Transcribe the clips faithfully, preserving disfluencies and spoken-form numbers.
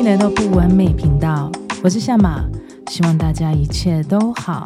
迎来到不完美频道，我是夏玛，希望大家一切都好。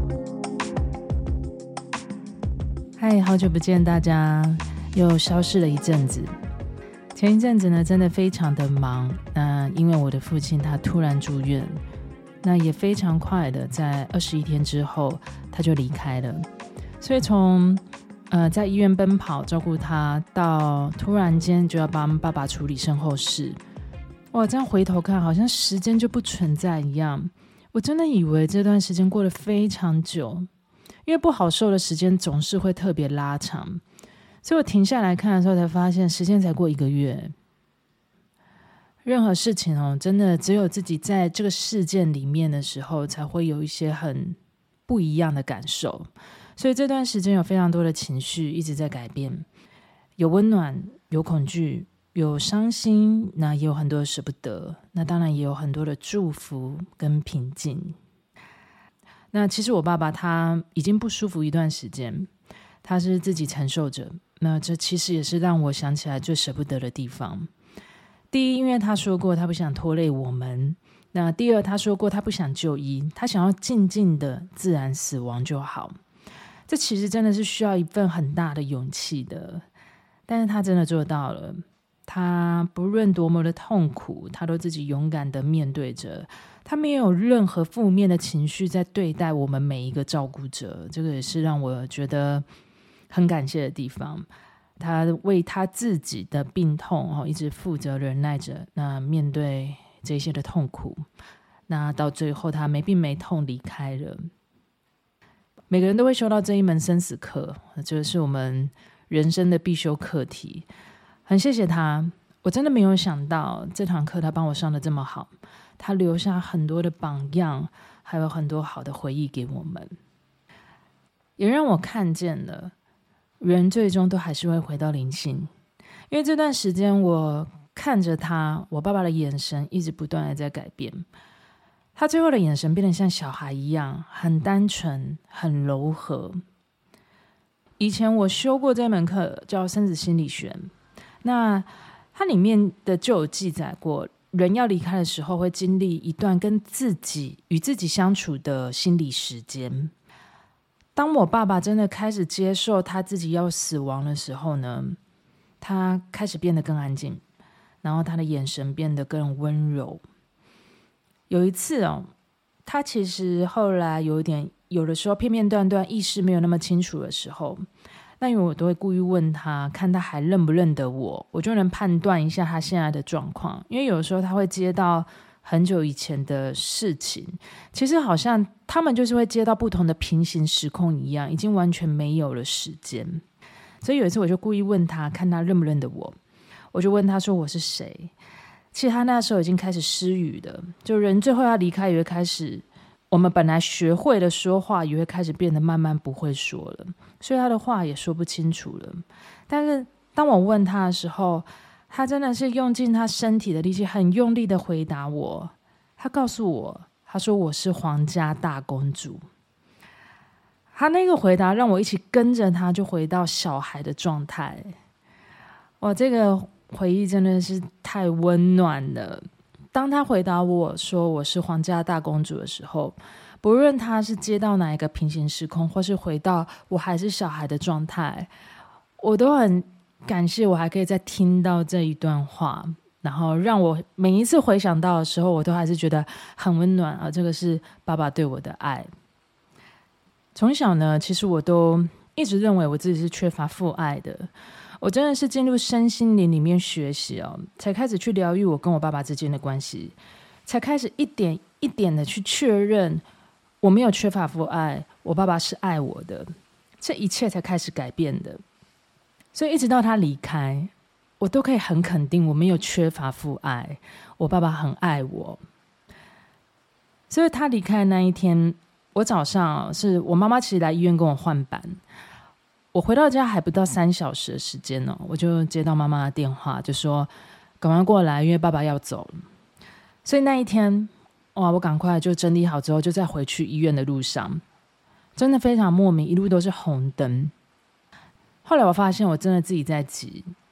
嗨，好久不见，大家又消失了一阵子。前一阵子呢，真的非常的忙，那因为我的父亲他突然住院，那也非常快的在二十一天之后他就离开了，所以从呃在医院奔跑照顾他，到突然间就要帮爸爸处理身后事，哇，这样回头看好像时间就不存在一样。我真的以为这段时间过得非常久，因为不好受的时间总是会特别拉长，所以我停下来看的时候才发现时间才过一个月。任何事情哦，真的只有自己在这个事件里面的时候才会有一些很不一样的感受，所以这段时间有非常多的情绪一直在改变，有温暖，有恐惧，有伤心，那也有很多的舍不得，那当然也有很多的祝福跟平静。那其实我爸爸他已经不舒服一段时间，他是自己承受着，那这其实也是让我想起来最舍不得的地方。第一，因为他说过他不想拖累我们，那第二，他说过他不想就医，他想要静静的自然死亡就好。这其实真的是需要一份很大的勇气的，但是他真的做到了。他不论多么的痛苦，他都自己勇敢的面对着，他没有任何负面的情绪在对待我们每一个照顾者，这个也是让我觉得很感谢的地方。他为他自己的病痛一直负责忍耐着，那面对这些的痛苦，那到最后他没病没痛离开了。每个人都会修到这一门生死课，这个是我们人生的必修课题。很谢谢他，我真的没有想到这堂课他帮我上的这么好，他留下很多的榜样，还有很多好的回忆给我们，也让我看见了人最终都还是会回到灵性。因为这段时间我看着他，我爸爸的眼神一直不断的在改变，他最后的眼神变得像小孩一样，很单纯，很柔和。以前我修过这门课叫生死心理学，那它里面的就有记载过，人要离开的时候会经历一段跟自己与自己相处的心理时间。当我爸爸真的开始接受他自己要死亡的时候呢，他开始变得更安静，然后他的眼神变得更温柔。有一次哦，他其实后来有点有的时候片片段段意识没有那么清楚的时候，那因为我都会故意问他，看他还认不认得我，我就能判断一下他现在的状况。因为有的时候他会接到很久以前的事情，其实好像他们就是会接到不同的平行时空一样，已经完全没有了时间。所以有一次我就故意问他，看他认不认得我，我就问他说我是谁。其实他那时候已经开始失语了，就人最后要离开也会开始，我们本来学会的说话也会开始变得慢慢不会说了，所以他的话也说不清楚了。但是当我问他的时候，他真的是用尽他身体的力气，很用力的回答我。他告诉我，他说我是皇家大公主。他那个回答让我一起跟着他就回到小孩的状态。哇，这个回忆真的是太温暖了。当他回答我说我是皇家大公主的时候，不论他是接到哪一个平行时空，或是回到我还是小孩的状态，我都很感谢我还可以再听到这一段话，然后让我每一次回想到的时候，我都还是觉得很温暖啊！这个是爸爸对我的爱。从小呢，其实我都一直认为我自己是缺乏父爱的。我真的是进入身心灵里面学习哦，才开始去疗愈我跟我爸爸之间的关系，才开始一点一点的去确认我没有缺乏父爱，我爸爸是爱我的，这一切才开始改变的。所以一直到他离开，我都可以很肯定我没有缺乏父爱，我爸爸很爱我。所以他离开的那一天，我早上是我妈妈其实来医院跟我换班，我回到家还不到三小时的时间呢，我就接到妈妈的电话，就说赶快过来，因为爸爸要走了。所以那一天，哇，我赶快就整理好之后，就在回去医院的路上，真的非常莫名，一路都是红灯。后来我发现我真的自己在急，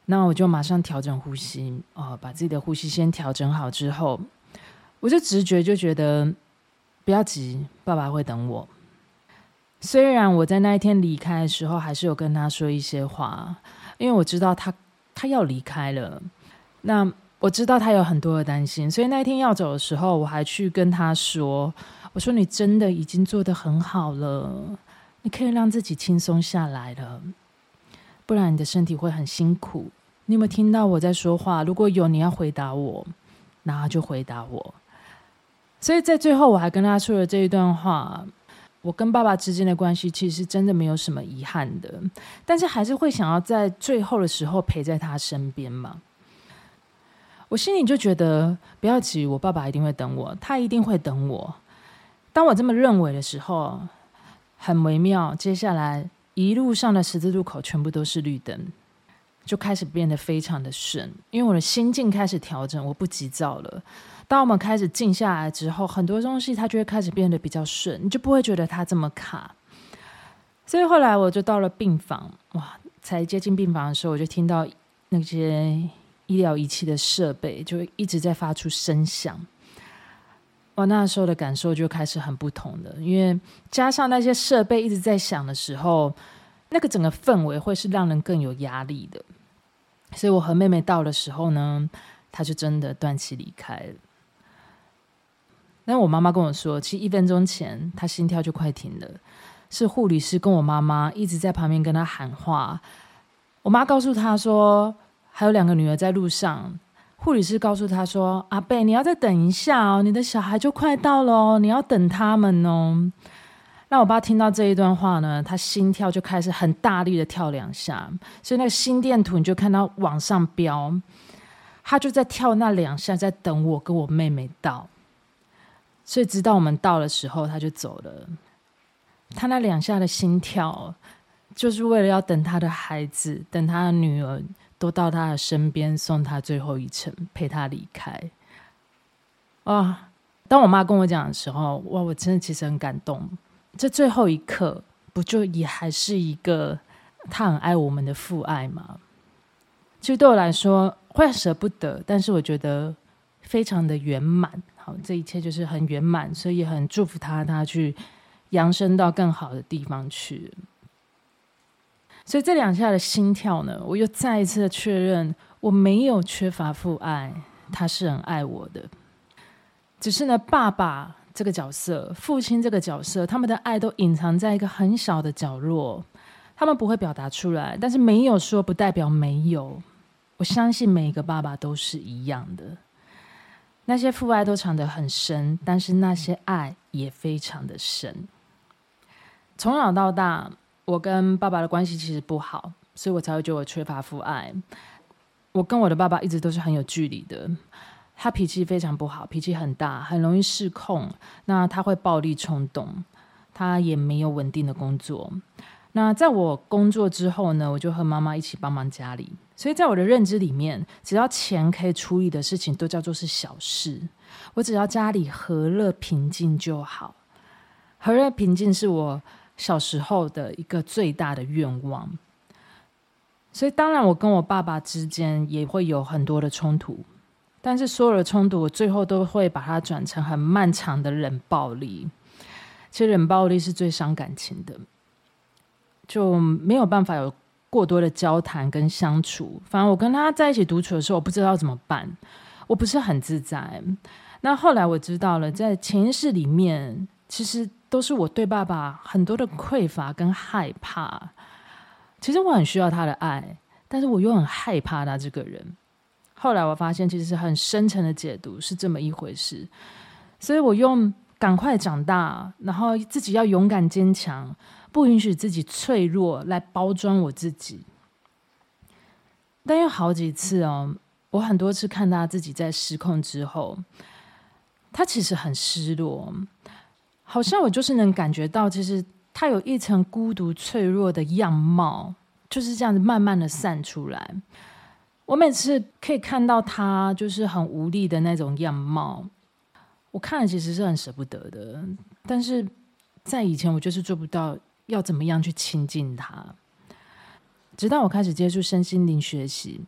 那我就马上调整呼吸、哦、把自己的呼吸先调整好之后，我就直觉就觉得不要急，爸爸会等我。虽然我在那一天离开的时候还是有跟他说一些话，因为我知道他他要离开了，那我知道他有很多的担心，所以那一天要走的时候我还去跟他说，我说你真的已经做得很好了，你可以让自己轻松下来了，不然你的身体会很辛苦。你有没有听到我在说话？如果有，你要回答我，然后就回答我。所以在最后我还跟他说了这一段话，我跟爸爸之间的关系其实真的没有什么遗憾的，但是还是会想要在最后的时候陪在他身边嘛。我心里就觉得不要急，我爸爸一定会等我，他一定会等我。当我这么认为的时候，很微妙，接下来一路上的十字路口全部都是绿灯，就开始变得非常的顺，因为我的心境开始调整，我不急躁了。当我们开始静下来之后，很多东西它就会开始变得比较顺，你就不会觉得它这么卡。所以后来我就到了病房，哇，才接近病房的时候，我就听到那些医疗仪器的设备就一直在发出声响。哇，那时候的感受就开始很不同的，因为加上那些设备一直在响的时候，那个整个氛围会是让人更有压力的。所以我和妹妹到的时候呢，她就真的断气离开了。但我妈妈跟我说，其实一分钟前她心跳就快停了，是护理师跟我妈妈一直在旁边跟她喊话。我妈告诉她说还有两个女儿在路上，护理师告诉她说，阿贝你要再等一下哦，你的小孩就快到了哦，你要等他们哦。那我爸听到这一段话呢，他心跳就开始很大力的跳两下，所以那个心电图你就看到往上飙，他就在跳那两下，在等我跟我妹妹到。所以直到我们到的时候他就走了。他那两下的心跳就是为了要等他的孩子，等他的女儿都到他的身边，送他最后一程，陪他离开。哇！当我妈跟我讲的时候，哇，我真的其实很感动。这最后一刻不就也还是一个他很爱我们的父爱吗？其实对我来说会舍不得，但是我觉得非常的圆满。好，这一切就是很圆满，所以也很祝福他，他去扬升到更好的地方去。所以这两下的心跳呢，我又再一次的确认，我没有缺乏父爱，他是很爱我的。只是呢，爸爸这个角色，父亲这个角色，他们的爱都隐藏在一个很小的角落，他们不会表达出来，但是没有说不代表没有。我相信每一个爸爸都是一样的，那些父爱都藏得很深，但是那些爱也非常的深。从小到大我跟爸爸的关系其实不好，所以我才会觉得我缺乏父爱。我跟我的爸爸一直都是很有距离的，他脾气非常不好，脾气很大，很容易失控，那他会暴力冲动，他也没有稳定的工作。那在我工作之后呢，我就和妈妈一起帮忙家里，所以在我的认知里面，只要钱可以处理的事情都叫做是小事，我只要家里和乐平静就好。和乐平静是我小时候的一个最大的愿望。所以当然我跟我爸爸之间也会有很多的冲突，但是所有的冲突我最后都会把它转成很漫长的冷暴力。其实冷暴力是最伤感情的，就没有办法有过多的交谈跟相处。反正我跟他在一起独处的时候，我不知道怎么办，我不是很自在。那后来我知道了，在潜意识里面其实都是我对爸爸很多的匮乏跟害怕。其实我很需要他的爱，但是我又很害怕他这个人。后来我发现其实是很深层的解读是这么一回事，所以我用赶快长大，然后自己要勇敢坚强，不允许自己脆弱来包装我自己。但有好几次哦，我很多次看他自己在失控之后，他其实很失落，好像我就是能感觉到其实他有一层孤独脆弱的样貌，就是这样子慢慢的散出来。我每次可以看到他就是很无力的那种样貌，我看了其实是很舍不得的，但是在以前我就是做不到要怎么样去亲近他。直到我开始接触身心灵学习，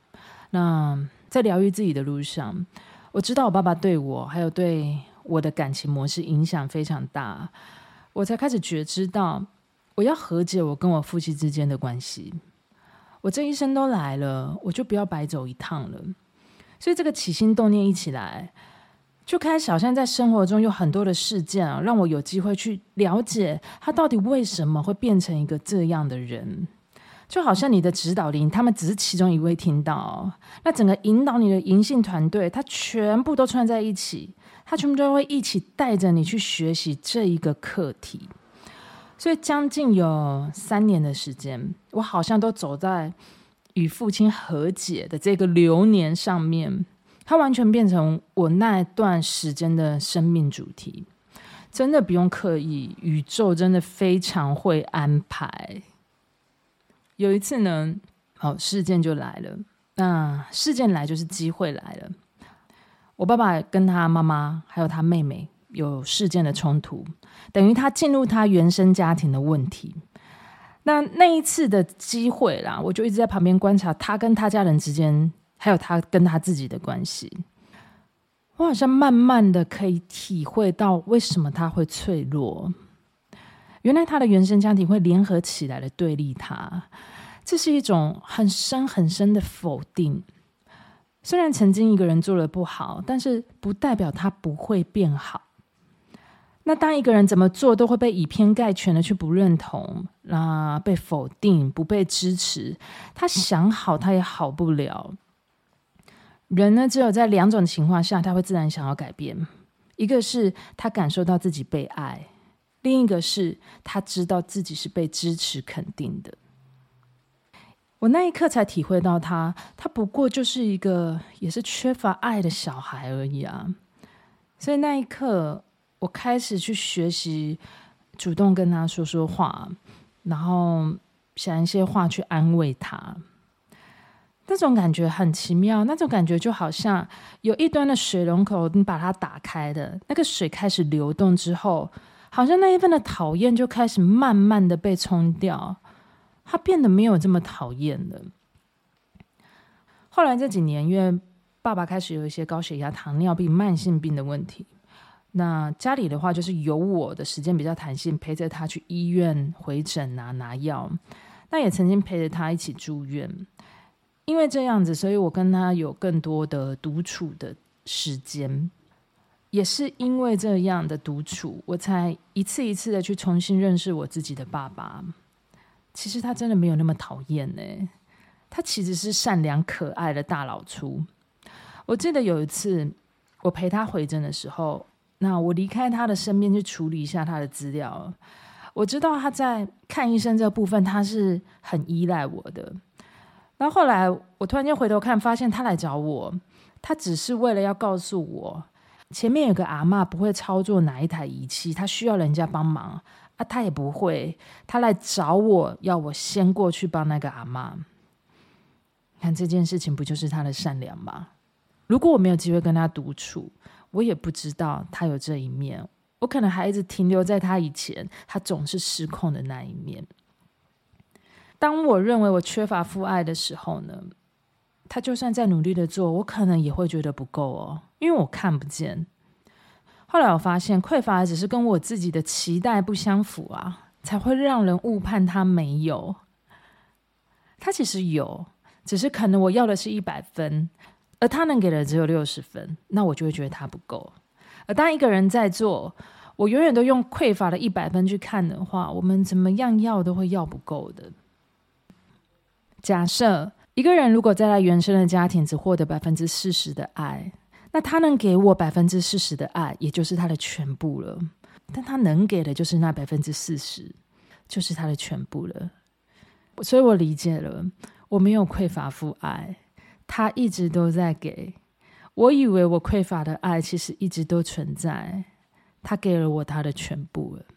那在疗愈自己的路上，我知道我爸爸对我还有对我的感情模式影响非常大，我才开始觉知到我要和解我跟我父亲之间的关系。我这一生都来了，我就不要白走一趟了。所以这个起心动念一起来，就开始好像在生活中有很多的事件啊，让我有机会去了解他到底为什么会变成一个这样的人。就好像你的指导灵，他们只是其中一位听到，那整个引导你的银杏团队，他全部都串在一起，他全部都会一起带着你去学习这一个课题。所以将近有三年的时间，我好像都走在与父亲和解的这个流年上面，它完全变成我那一段时间的生命主题。真的不用刻意，宇宙真的非常会安排。有一次呢，好，事件就来了。那事件来就是机会来了。我爸爸跟他妈妈还有他妹妹有事件的冲突，等于他进入他原生家庭的问题。那那一次的机会啦，我就一直在旁边观察他跟他家人之间，还有他跟他自己的关系。我好像慢慢的可以体会到为什么他会脆弱。原来他的原生家庭会联合起来的对立他，这是一种很深很深的否定。虽然曾经一个人做得不好，但是不代表他不会变好。那当一个人怎么做都会被以偏概全的去不认同，那被否定，不被支持，他想好他也好不了。人呢，只有在两种情况下他会自然想要改变，一个是他感受到自己被爱，另一个是他知道自己是被支持肯定的。我那一刻才体会到他，他不过就是一个也是缺乏爱的小孩而已啊。所以那一刻我开始去学习主动跟他说说话，然后想一些话去安慰他。那种感觉很奇妙，那种感觉就好像有一端的水龙口你把它打开的，那个水开始流动之后，好像那一份的讨厌就开始慢慢的被冲掉，他变得没有这么讨厌了。后来这几年，因为爸爸开始有一些高血压、糖尿病、慢性病的问题，那家里的话就是由我的时间比较弹性，陪着他去医院回诊啊，拿药。那也曾经陪着他一起住院。因为这样子，所以我跟他有更多的独处的时间。也是因为这样的独处，我才一次一次的去重新认识我自己的爸爸。其实他真的没有那么讨厌耶，他其实是善良可爱的大老粗。我记得有一次我陪他回诊的时候，那我离开他的身边去处理一下他的资料。我知道他在看医生这部分他是很依赖我的。然后后来我突然间回头看，发现他来找我，他只是为了要告诉我前面有个阿嬷不会操作哪一台仪器，他需要人家帮忙啊，他也不会，他来找我要我先过去帮那个阿嬷。看这件事情不就是他的善良吗？如果我没有机会跟他独处，我也不知道他有这一面，我可能还一直停留在他以前他总是失控的那一面。当我认为我缺乏父爱的时候呢，他就算再努力的做，我可能也会觉得不够哦，因为我看不见。后来我发现匮乏只是跟我自己的期待不相符啊，才会让人误判他没有。他其实有，只是可能我要的是一百分，而他能给的只有六十分，那我就会觉得他不够。而当一个人在做，我永远都用匮乏的一百分去看的话，我们怎么样要都会要不够的。假设一个人如果在他原生的家庭只获得百分之四十的爱，那他能给我百分之四十的爱，也就是他的全部了。但他能给的就是那百分之四十，就是他的全部了。所以我理解了，我没有匮乏父爱，他一直都在给。我以为我匮乏的爱其实一直都存在，他给了我他的全部了。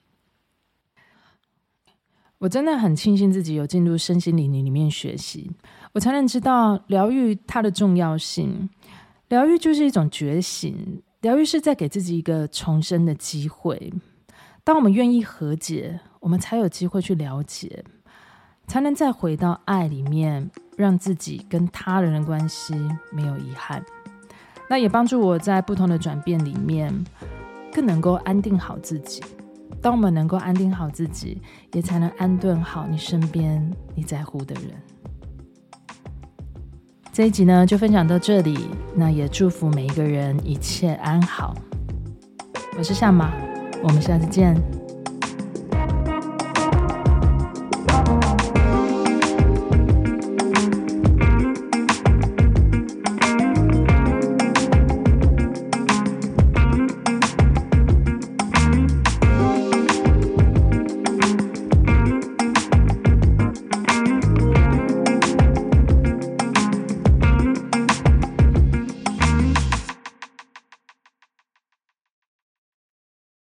我真的很庆幸自己有进入身心灵里面学习，我才能知道疗愈它的重要性。疗愈就是一种觉醒，疗愈是在给自己一个重生的机会。当我们愿意和解，我们才有机会去了解。 才能再回到爱里面，让自己跟他人的关系没有遗憾。那也帮助我在不同的转变里面更能够安定好自己。当我们能够安定好自己，也才能安顿好你身边你在乎的人。这一集呢就分享到这里，那也祝福每一个人一切安好。我是夏玛，我们下次见。